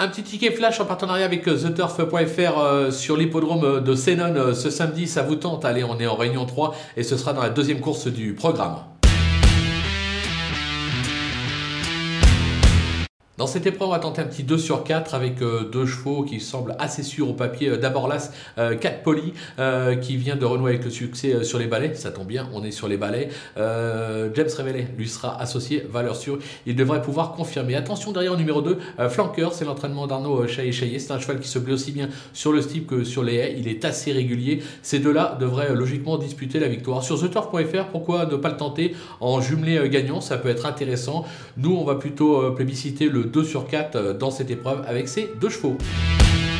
Un petit ticket flash en partenariat avec TheTurf.fr sur l'hippodrome de Sénon ce samedi, ça vous tente? Allez, on est en réunion 3 et ce sera dans la deuxième course du programme. Dans cette épreuve, on va tenter un petit 2 sur 4 avec deux chevaux qui semblent assez sûrs au papier. D'abord l'As 4 Poly qui vient de renouer avec le succès sur les balais. Ça tombe bien, on est sur les balais. James Révélé lui sera associé, valeur sûre. Il devrait pouvoir confirmer. Attention derrière au numéro 2, Flanker, c'est l'entraînement d'Arnaud Chaillet. C'est un cheval qui se plaît aussi bien sur le steep que sur les haies. Il est assez régulier. Ces deux-là devraient logiquement disputer la victoire. Sur TheTurf.fr, pourquoi ne pas le tenter en jumelé gagnant? Ça peut être intéressant. Nous, on va plutôt plébisciter le 2 sur 4 dans cette épreuve avec ces deux chevaux.